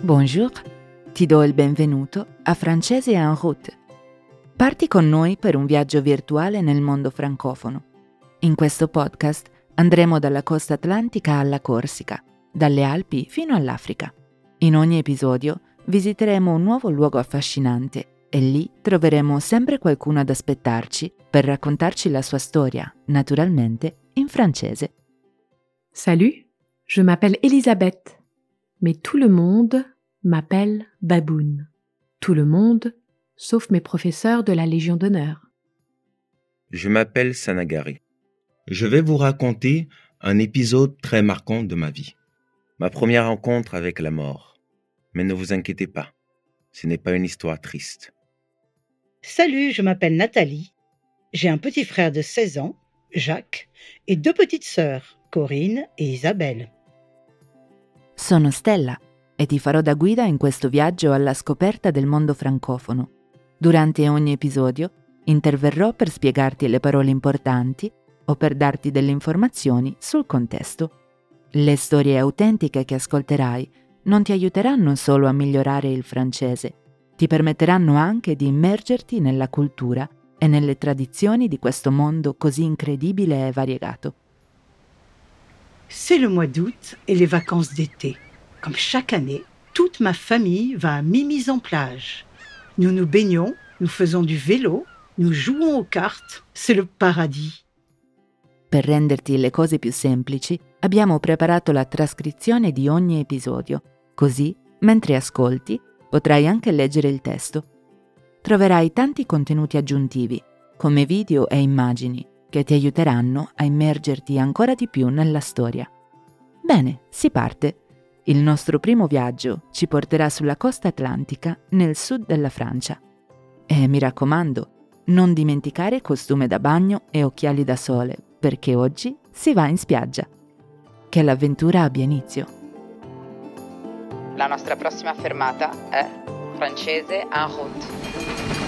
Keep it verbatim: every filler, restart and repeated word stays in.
Bonjour, ti do il benvenuto a Francese en route. Parti con noi per un viaggio virtuale nel mondo francofono. In questo podcast andremo dalla costa atlantica alla Corsica, dalle Alpi fino all'Africa. In ogni episodio visiteremo un nuovo luogo affascinante e lì troveremo sempre qualcuno ad aspettarci per raccontarci la sua storia, naturalmente in francese. Salut, je m'appelle Elisabeth, mais tout le monde m'appelle Baboune. Tout le monde, sauf mes professeurs de la Légion d'honneur. Je m'appelle Sanagari. Je vais vous raconter un épisode très marquant de ma vie. Ma première rencontre avec la mort. Mais ne vous inquiétez pas, ce n'est pas une histoire triste. Salut, je m'appelle Nathalie. J'ai un petit frère de seize ans, Jacques, et deux petites sœurs, Corinne e Isabelle. Sono Stella e ti farò da guida in questo viaggio alla scoperta del mondo francofono. Durante ogni episodio interverrò per spiegarti le parole importanti o per darti delle informazioni sul contesto. Le storie autentiche che ascolterai non ti aiuteranno solo a migliorare il francese, ti permetteranno anche di immergerti nella cultura e nelle tradizioni di questo mondo così incredibile e variegato. C'est le mois d'août et les vacances d'été. Comme chaque année, toute ma famille va à Mimi's en plage. Nous nous baignons, nous faisons du vélo, nous jouons aux cartes, c'est le paradis. Per renderti le cose più semplici, abbiamo preparato la trascrizione di ogni episodio, così, mentre ascolti, potrai anche leggere il testo. Troverai tanti contenuti aggiuntivi, come video e immagini, che ti aiuteranno a immergerti ancora di più nella storia. Bene, si parte. Il nostro primo viaggio ci porterà sulla costa atlantica nel sud della Francia. E mi raccomando, non dimenticare costume da bagno e occhiali da sole, perché oggi si va in spiaggia. Che l'avventura abbia inizio. La nostra prossima fermata è Francese en route.